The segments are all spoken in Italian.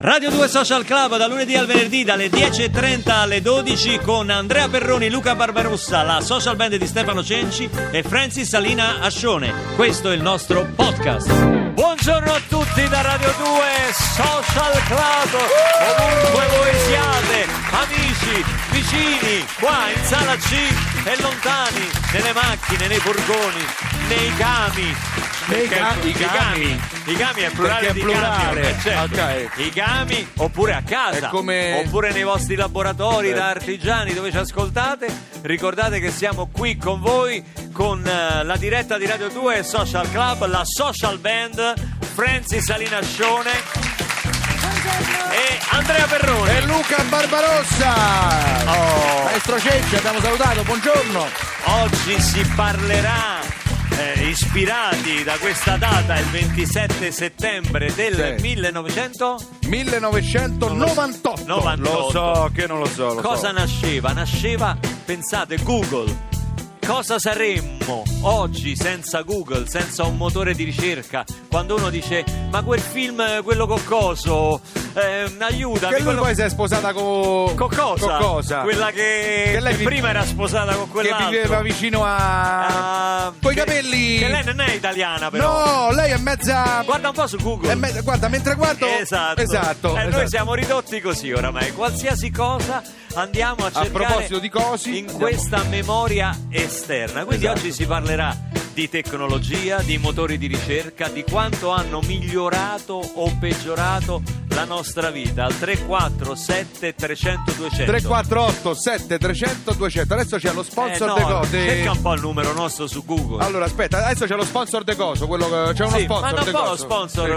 Radio 2 Social Club da lunedì al venerdì dalle 10.30 alle 12 con Andrea Perroni, Luca Barbarossa, la social band di Stefano Cenci e Francis Salina Ascione. Questo è il nostro podcast. Buongiorno a tutti da Radio 2 Social Club, ovunque voi siate, amici, vicini, qua in sala C e lontani, nelle macchine, nei furgoni, nei cami. I cami è plurale di camion, certo. Okay. I cami, oppure a casa, oppure nei vostri laboratori da artigiani dove ci ascoltate. Ricordate che siamo qui con voi con la diretta di Radio 2 Social Club, la social band Francis Salina Ascione e Andrea Perroni e Luca Barbarossa. Maestro Cenci, abbiamo salutato, buongiorno. Oggi si parlerà ispirati da questa data, il 27 settembre del 1998. Lo so che non lo so. Cosa nasceva? Nasceva, pensate, Google. Cosa saremmo oggi senza Google, senza un motore di ricerca? Quando uno dice, ma quel film, quello coccoso, aiutami. Che lui poi si è sposata con Cosa? Quella che lei prima era sposata con quell'altro. Che viveva vicino a... coi capelli... Che lei non è italiana però. No, lei è mezza... Guarda un po' su Google. Guarda, mentre guardo... Esatto. Noi siamo ridotti così oramai. Qualsiasi cosa andiamo a cercare... A proposito di cosi... in questa memoria esterna. Quindi oggi si parlerà di tecnologia, di motori di ricerca, di quanto hanno migliorato o peggiorato la nostra vita. Al 347 300 200 348 7 300 200. Adesso c'è lo sponsor de cose. Cerca un po' il numero nostro su Google. Allora aspetta, adesso c'è lo sponsor de coso, quello che c'è uno sponsor. Ma un po' lo sponsor.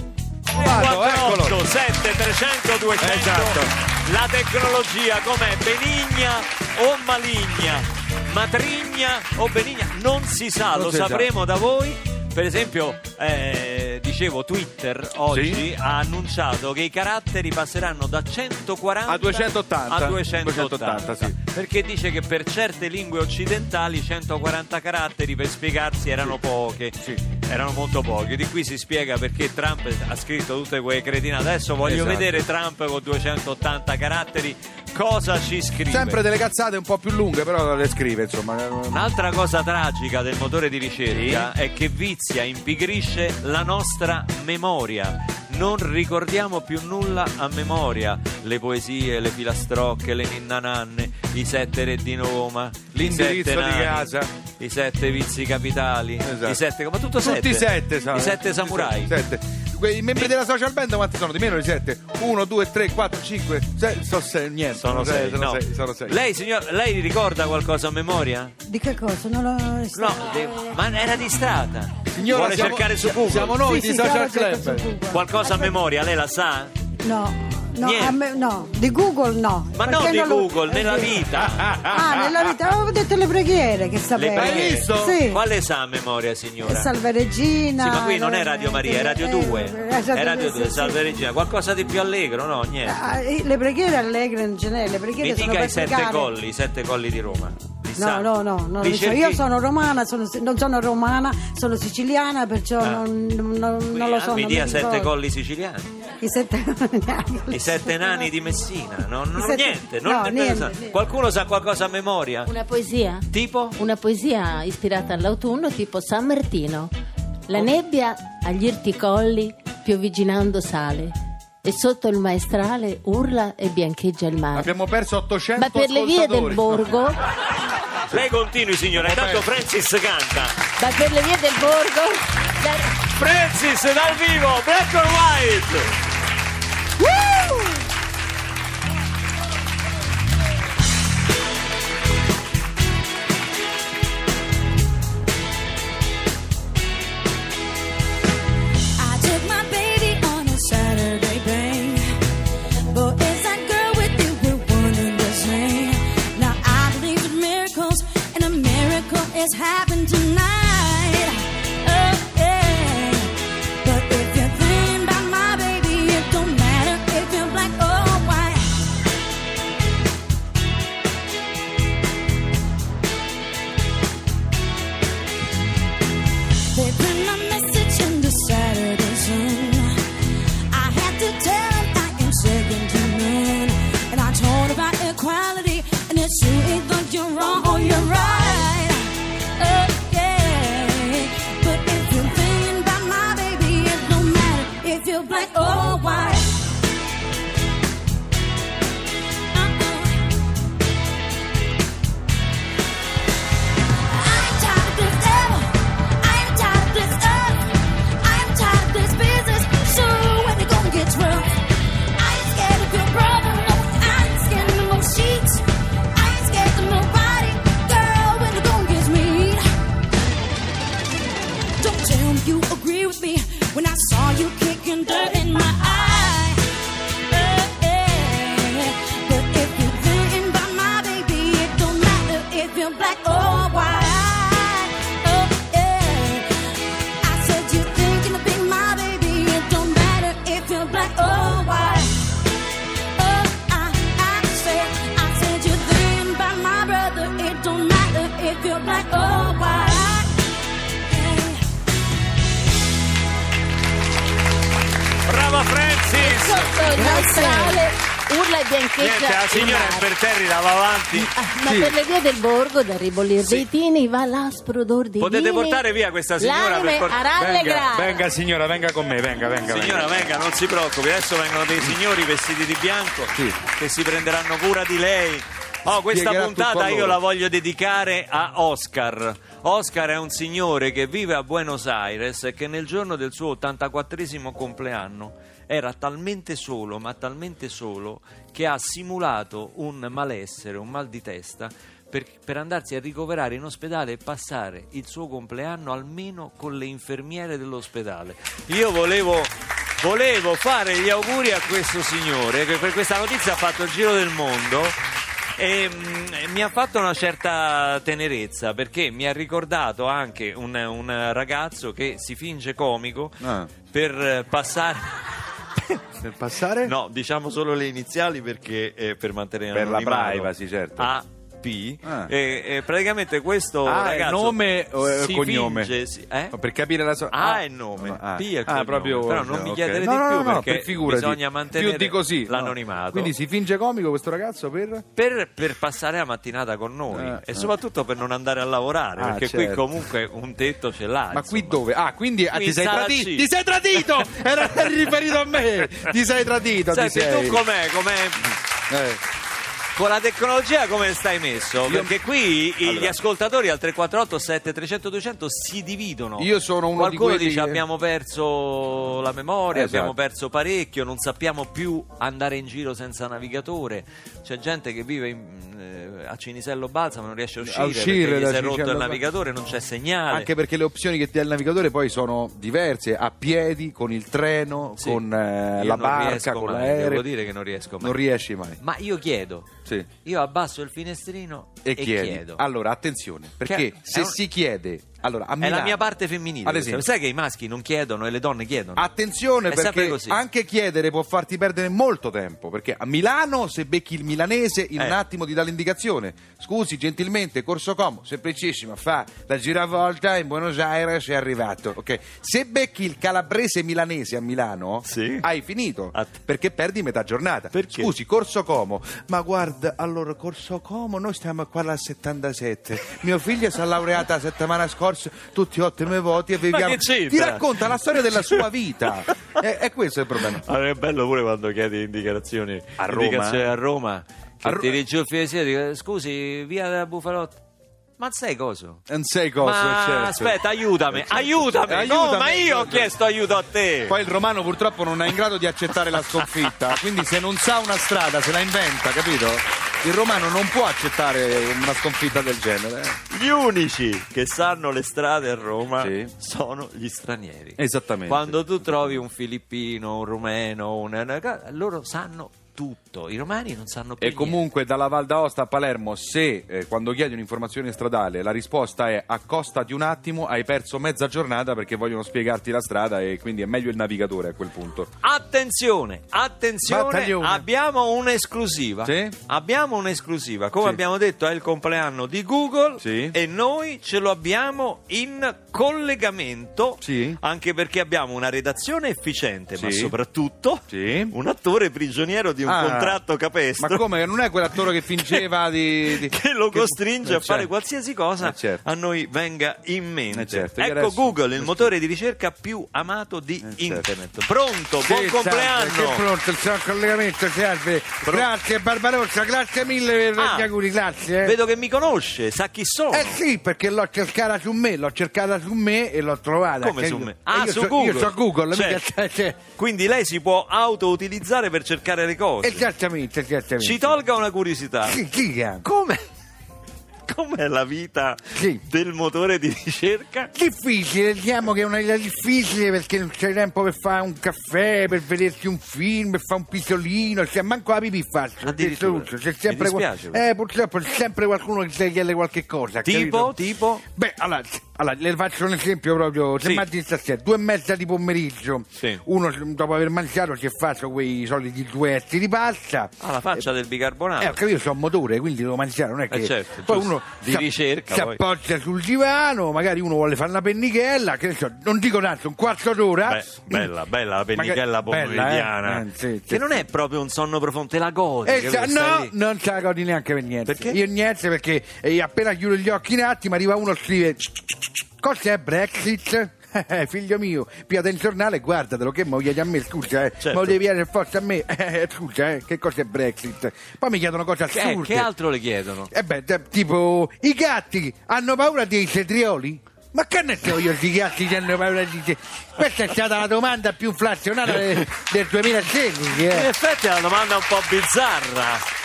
348 7 300 200. Esatto. La tecnologia com'è? Benigna o maligna? Matrigna o benigna? Non si sa, lo sapremo da voi. Per esempio, dicevo, Twitter oggi ha annunciato che i caratteri passeranno da 140 a 280. A 280, sì. Perché dice che per certe lingue occidentali 140 caratteri per spiegarsi erano poche. Sì. Erano molto poche. Di qui si spiega perché Trump ha scritto tutte quelle cretinate. Adesso voglio vedere Trump con 280 caratteri cosa ci scrive. Sempre delle cazzate un po' più lunghe, però le scrive, insomma. Un'altra cosa tragica del motore di ricerca è che vizia, impigrisce la nostra memoria. Non ricordiamo più nulla a memoria. Le poesie, le filastrocche, le ninnananne, i 7 re di Roma, l'indirizzo di casa, i 7 vizi capitali, i 7, ma tutto 7. Tutti 7, i 7 samurai. 7. I membri della social band quanti sono? Di meno di 7? 1, 2, 3, 4, 5, 6, sono 6, niente. Sono 6. Sono 6. Lei, signor, lei ricorda qualcosa a memoria? Di che cosa? Non lo... ma era distratta. Signora, vuole cercare su Google? Siamo noi sì, di social club. Qualcosa a memoria, lei la sa? No, di Google no. Ma non di Google, nella vita. Nella vita, avevo detto le preghiere che sapevo. Hai visto? Sì. Quale sa a memoria, signora? Salve Regina. Sì, ma qui non è Radio Maria, è Radio 2. È Radio 2, Salve Regina. Qualcosa di più allegro, no? Niente. Le preghiere allegre non ce n'è, le preghiere mi sono dica per i 7 colli di Roma. No, non lo so. Io sono romana, non sono romana, sono siciliana, perciò non lo so. Mi dia 7 colli siciliani. I 7 nani di Messina. Niente. Qualcuno sa qualcosa a memoria? Una poesia. Tipo? Una poesia ispirata all'autunno, tipo San Martino. La nebbia agli irti colli piovigginando sale. E sotto il maestrale urla e biancheggia il mare. Abbiamo perso 800 Ma per le vie del borgo... Lei continui, signora, intanto Francis canta. Ma per le vie del borgo... Francis dal vivo, Black or White. Woo! It's happened tonight. Oh yeah. But if you're thinking about my baby, like, oh, why Brava Francis! Sotto il maestrale urla e biancheggia Niente, la il signora mare. imperterrita va avanti. Ma per le vie del borgo da ribolir dei tini va l'aspro odor di Potete vini. portare via questa signora L'anime per a rallegrare. Venga signora, venga con me, venga. Signora, venga, non si preoccupi, adesso vengono dei signori vestiti di bianco che si prenderanno cura di lei. Questa Spiegherà puntata tutto a io loro. la voglio dedicare a Oscar. Oscar è un signore che vive a Buenos Aires e che nel giorno del suo 84esimo compleanno era talmente solo, ma talmente solo, che ha simulato un malessere, un mal di testa, per andarsi a ricoverare in ospedale e passare il suo compleanno almeno con le infermiere dell'ospedale. Io volevo fare gli auguri a questo signore, che per questa notizia ha fatto il giro del mondo. E mi ha fatto una certa tenerezza, perché mi ha ricordato anche un ragazzo che si finge comico per passare. Per passare? No, diciamo solo le iniziali perché per mantenere Per la l'anonimato. privacy, certo. AP. E praticamente questo ragazzo è nome o è si cognome? finge, Per capire la A è nome, P è cognome. proprio, però non mi ok. chiedere di No, più no, perché figurati. bisogna mantenere più di così, l'anonimato. Quindi si finge comico questo ragazzo per passare la mattinata con noi e soprattafsoprattutto per non andare a lavorare, perché qui certo. comunque un tetto ce l'ha. Ma qui dove? Quindi Qui ti sei in sala tradito! C. Ti sei tradito! Era riferito a me! Ti sei tradito! Senti, ti sei. tu com'è? Con la tecnologia come stai messo? Perché qui gli ascoltatori al 348 7300 200 si dividono. Io sono uno Qualcuno di quelli dice che... abbiamo perso la memoria, Esatto. abbiamo perso parecchio, non sappiamo più andare in giro senza navigatore. C'è gente che vive a Cinisello Balsamo, non riesce a uscire perché gli da si è rotto Cinisello il Balsamo. navigatore, non c'è segnale. Anche perché le opzioni che ti dà il navigatore poi sono diverse, a piedi, con il treno, Sì. con Io la non barca, riesco con mai, l'aereo. devo dire che non riesco mai. Non riesci mai. Ma io chiedo, Sì. io abbasso il finestrino E chiedo. chiedi. Allora, attenzione, perché Che- se è un- si chiede... Allora, a È Milano, la mia parte femminile. Ad questa. esempio. Sai che i maschi non chiedono e le donne chiedono? Attenzione, È sempre perché così. anche chiedere può farti perdere molto tempo, perché a Milano se becchi il milanese in un attimo ti dà l'indicazione. Scusi, gentilmente, Corso Como, semplicissimo, fa la giravolta in Buenos Aires, è arrivato. Ok. Se becchi il calabrese milanese a Milano, Sì. hai finito, Ah. perché perdi metà giornata. Perché? Scusi, Corso Como, ma guarda, allora Corso Como, noi stiamo qua al 77. Mio figlio si è laureato la settimana scorsa, tutti ottimi voti e viviamo. che c'entra? Ti racconta la storia della sua vita. È questo il problema. Allora, è bello pure quando chiedi indicazioni A Roma? indicazioni a Roma. Che A Ro- ti dice il figlio e dico, scusi, via della Bufalotta. Ma sai cosa? Non sei cosa, Ma certo. aspetta, aiutami. No, Aiutami, ma io ho chiesto aiuto a te. Poi il romano purtroppo non è in grado di accettare la sconfitta, quindi se non sa una strada se la inventa, capito? Il romano non può accettare una sconfitta del genere. Gli unici che sanno le strade a Roma Sì. sono gli stranieri. Esattamente. Quando tu trovi un filippino, un rumeno, loro sanno tutto. I romani non sanno più E comunque dalla Val d'Aosta a Palermo, se quando chiedi un'informazione stradale la risposta è accostati un attimo, hai perso mezza giornata perché vogliono spiegarti la strada e quindi è meglio il navigatore a quel punto. Attenzione, Battaglione. abbiamo un'esclusiva. Sì? Abbiamo un'esclusiva. Come Sì. abbiamo detto, è il compleanno di Google Sì. e noi ce lo abbiamo in collegamento. Sì. Anche perché abbiamo una redazione efficiente, ma Sì. soprattutto Sì. un attore prigioniero di un contratto capestro. Ma come? Non è quell'attore che fingeva di... che lo costringe a fare certo. qualsiasi cosa Certo. a noi venga in mente. Certo. Io Ecco adesso- Google, il motore di ricerca più amato di certo. internet. Pronto, Sì, buon salve, compleanno. che pronto, il suo collegamento serve. Grazie Barbarossa, grazie mille per Ah, gli auguri, grazie. Vedo che mi conosce, sa chi sono. Sì, perché l'ho cercata su me e l'ho trovata. Come Che su io- me? Ah, io su so- Google. Io so Google, Certo. mica- Quindi lei si può auto-utilizzare per cercare le cose. Esattamente. Ci tolga una curiosità. Sì, dica. Com'è la vita Sì. del motore di ricerca? Difficile, diciamo che è una vita difficile perché non c'è tempo per fare un caffè, per vedersi un film, per fare un pisolino, cioè manco la pipì faccio. Addirittura. C'è sempre Mi dispiace. purtroppo c'è sempre qualcuno che ti chiede qualche cosa. Tipo? capito? Beh, allora, Allora, le faccio un esempio proprio, se immagini stasera, 2:30 di pomeriggio, uno dopo aver mangiato si è fatto quei soliti duetti di pasta. La faccia del bicarbonato. Ho capito, c'ho un motore, quindi devo mangiare, non è che... certo, poi uno di ricerca, si appoggia sul divano, magari uno vuole fare una pennichella, che ne so, non dico tanto, un quarto d'ora. Bella la pennichella pomeridiana. Che non è proprio un sonno profondo, te la godi. No, non te la godi neanche per niente. Perché? Io niente, perché appena chiudo gli occhi un attimo arriva uno e scrive: cos'è Brexit? Figlio mio, piate il giornale e guardatelo, che mo chiedi a me, scusa, certo. ma lo devi chiedere forse a me, scusa, che cos'è Brexit? Poi mi chiedono cose assurde. Che altro le chiedono? Tipo, i gatti hanno paura dei cetrioli? Ma che ne so io, i gatti che hanno paura di te? Questa è stata la domanda più inflazionata del 2016. In effetti è una domanda un po' bizzarra.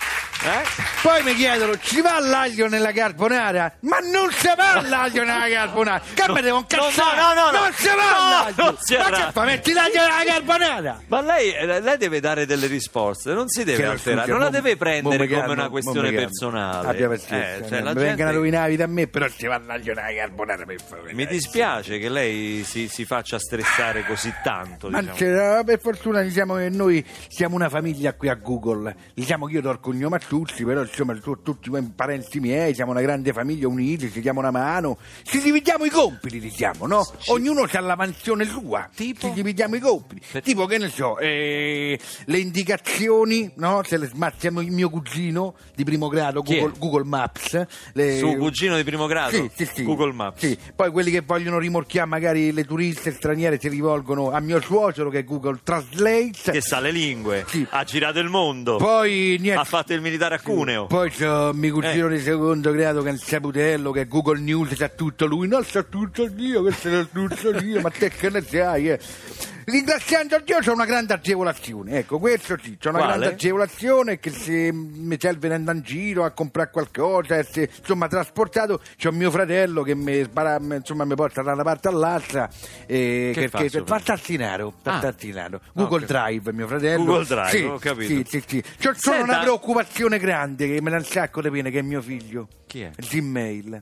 Poi mi chiedono: ci va l'aglio nella carbonara? Ma non si va l'aglio nella carbonara! Che me devo incazzare? No, non si va l'aglio! Non si ma che fa? Metti l'aglio nella carbonara! Ma lei deve dare delle risposte, non si deve alterare, non la deve prendere come una questione personale. Abbia pazienza, mi vengono a rovinare la vita a me, però ci va l'aglio nella carbonara, per favore. Mi dispiace che lei si faccia stressare così tanto. Ma per fortuna diciamo che noi siamo una famiglia qui a Google. Diciamo che io do il cognome a tutti, però insomma tutti i parenti miei, siamo una grande famiglia, uniti, ci diamo una mano, ci dividiamo i compiti, diciamo, no? Ognuno ha la mansione sua, ci dividiamo i compiti. Tipo, che ne so, le indicazioni, no? Se le smattiamo il mio cugino di primo grado, Google Maps. Suo cugino di primo grado? Sì. Google Maps. Sì. Poi quelli che vogliono rimorchiare magari le turiste straniere si rivolgono a mio suocero, che è Google Translate. Che sa le lingue, ha girato il mondo. Poi niente. Ha fatto il militare a Cuneo. Poi c'ho mio cugino di secondo grado che è il saputello, che è Google News, sa tutto lui. Non sa tutto io, che sa tutto io, ma te che ne sai, Ringraziando Dio c'ho una grande agevolazione, ecco, questo sì, c'ho una grande agevolazione, che se mi serve andare in giro a comprare qualcosa, se insomma trasportato, c'ho mio fratello che mi porta da una parte all'altra, che fa tassinaro, Google Drive, mio fratello. Google Drive, sì, ho capito. Sì. C'ho una preoccupazione grande che me dà un sacco di pena, che è mio figlio. Chi è? Gmail.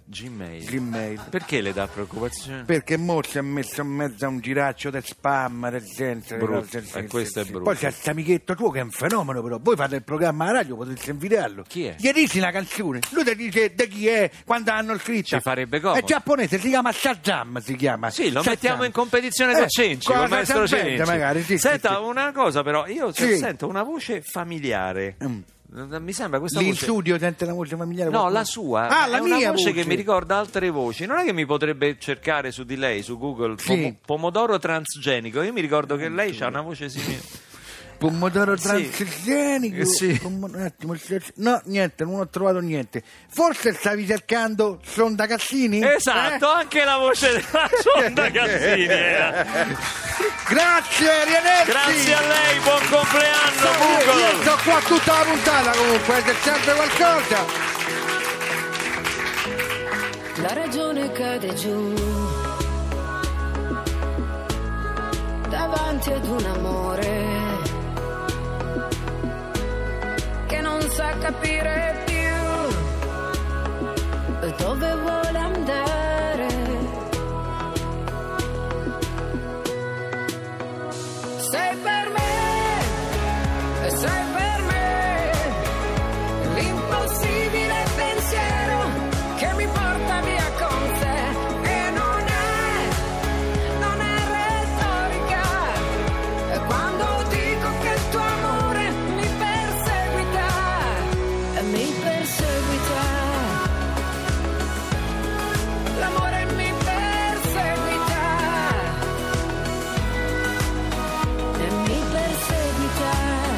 Perché le dà preoccupazione? Perché mo si è messo in mezzo a un giraccio del spam, del gente. Questo è brutto. Poi c'è questo amichetto tuo che è un fenomeno, però. Voi fate il programma alla radio, potete invitarlo. Chi è? Gli dici una canzone, lui ti dice da chi è, quando hanno scritto. Ci farebbe comodo. È giapponese, si chiama Shazam, si chiama. Sì, lo mettiamo in competizione con Cenci, con il maestro Cenci. Magari, Senta, una cosa però, io sento una voce familiare. Mi sembra questa voce. In studio sente la voce familiare? No, la sua. La è mia una voce che mi ricorda altre voci. Non è che mi potrebbe cercare su di lei, su Google, pomodoro transgenico. Io mi ricordo che lei ha una voce simile. Pomodoro transgenico? Sì. Un attimo, no, niente, non ho trovato niente. Forse stavi cercando Sonda Cassini? Esatto, anche la voce della Sonda Cassini era. Grazie, arrivederci. Grazie a lei, buon compleanno Google. Io sto qua tutta la puntata comunque, c'è sempre qualcosa. La ragione cade giù davanti ad un amore che non sa capire più dove vuole andare. Sei per me, sei per me, l'impossibile pensiero che mi porta via con te. E non è retorica quando dico che il tuo amore mi perseguita. L'amore mi perseguita. E mi perseguita.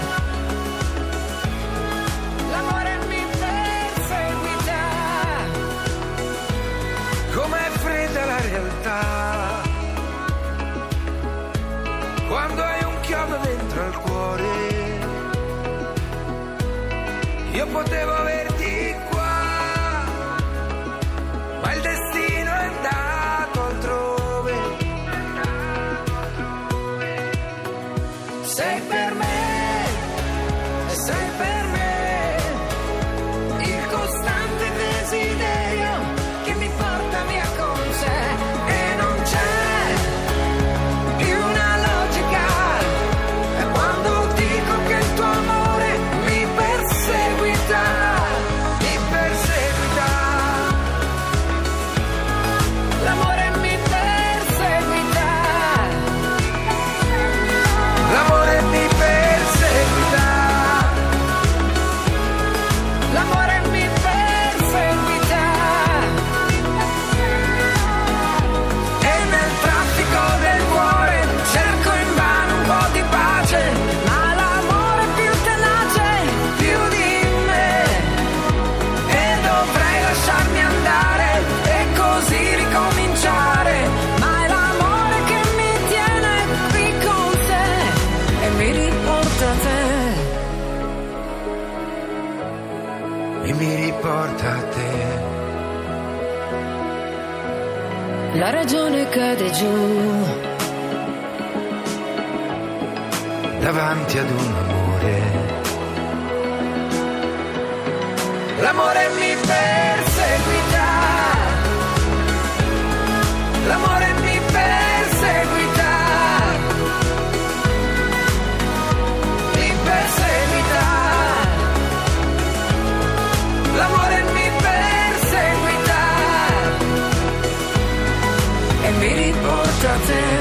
L'amore mi perseguita. Com'è fredda la realtà quando hai un chiodo dentro al cuore. Io potevo averti qua, ma il destino è andato altrove. Sei per me, sei per me, il costante desiderio che mi porta via con sé. e mi riporta a te. La ragione cade giù davanti ad un amore. L'amore mi perseguita, l'amore mi perseguita, mi perseguita, l'amore mi perseguita e mi riporta a te.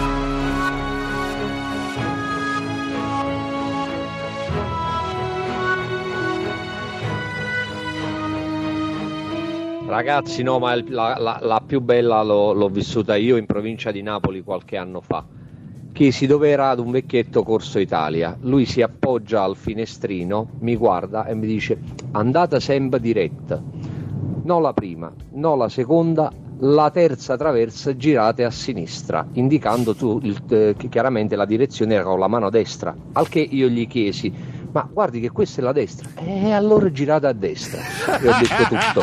Ragazzi, no, ma la più bella l'ho vissuta io in provincia di Napoli qualche anno fa. Chiesi dove era ad un vecchietto Corso Italia. Lui si appoggia al finestrino, mi guarda e mi dice: andata sempre diretta. No la prima, no la seconda, la terza traversa girate a sinistra, indicando chiaramente la direzione era con la mano destra. Al che io gli chiesi: ma guardi che questa è la destra. E allora girate a destra. E ho detto tutto.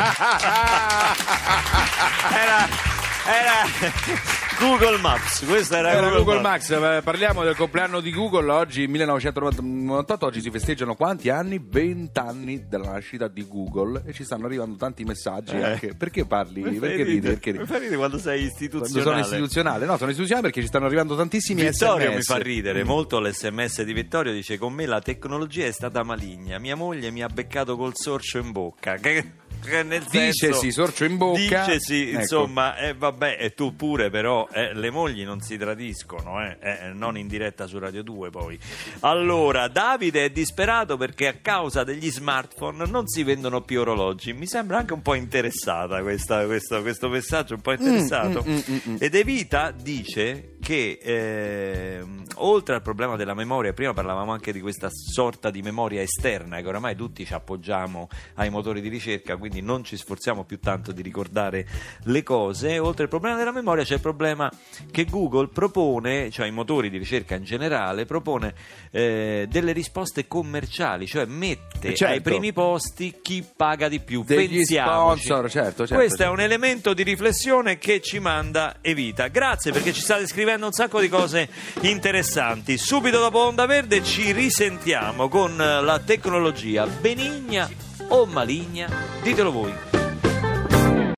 Era Google Maps, questo era Google Maps. Parliamo del compleanno di Google. Oggi 1998, oggi si festeggiano quanti anni? 20 anni dalla nascita di Google e ci stanno arrivando tanti messaggi anche. Perché parli? Perché ridi? Quando sei istituzionale. Quando sono istituzionale. No, sono istituzionale perché ci stanno arrivando tantissimi Vittorio SMS. mi fa ridere molto l'SMS di Vittorio, dice: con me la tecnologia è stata maligna, mia moglie mi ha beccato col sorcio in bocca. Che nel senso, dicesi sorcio in bocca, dicesi, ecco. insomma, vabbè, e tu pure, però le mogli non si tradiscono, non in diretta su Radio 2 poi. Allora, Davide è disperato perché a causa degli smartphone non si vendono più orologi. Mi sembra anche un po' interessata questo messaggio, un po' interessato. Ed Evita dice che oltre al problema della memoria, prima parlavamo anche di questa sorta di memoria esterna che oramai tutti ci appoggiamo ai motori di ricerca, quindi non ci sforziamo più tanto di ricordare le cose. Oltre al problema della memoria c'è il problema che Google propone, cioè i motori di ricerca in generale, propone delle risposte commerciali, cioè mette ai primi posti chi paga di più. Degli Pensiamoci. sponsor, certo. Questo è un elemento di riflessione che ci manda Evita. Grazie, perché ci state scrivendo un sacco di cose interessanti. Subito dopo Onda Verde ci risentiamo con la tecnologia benigna o maligna, ditelo voi.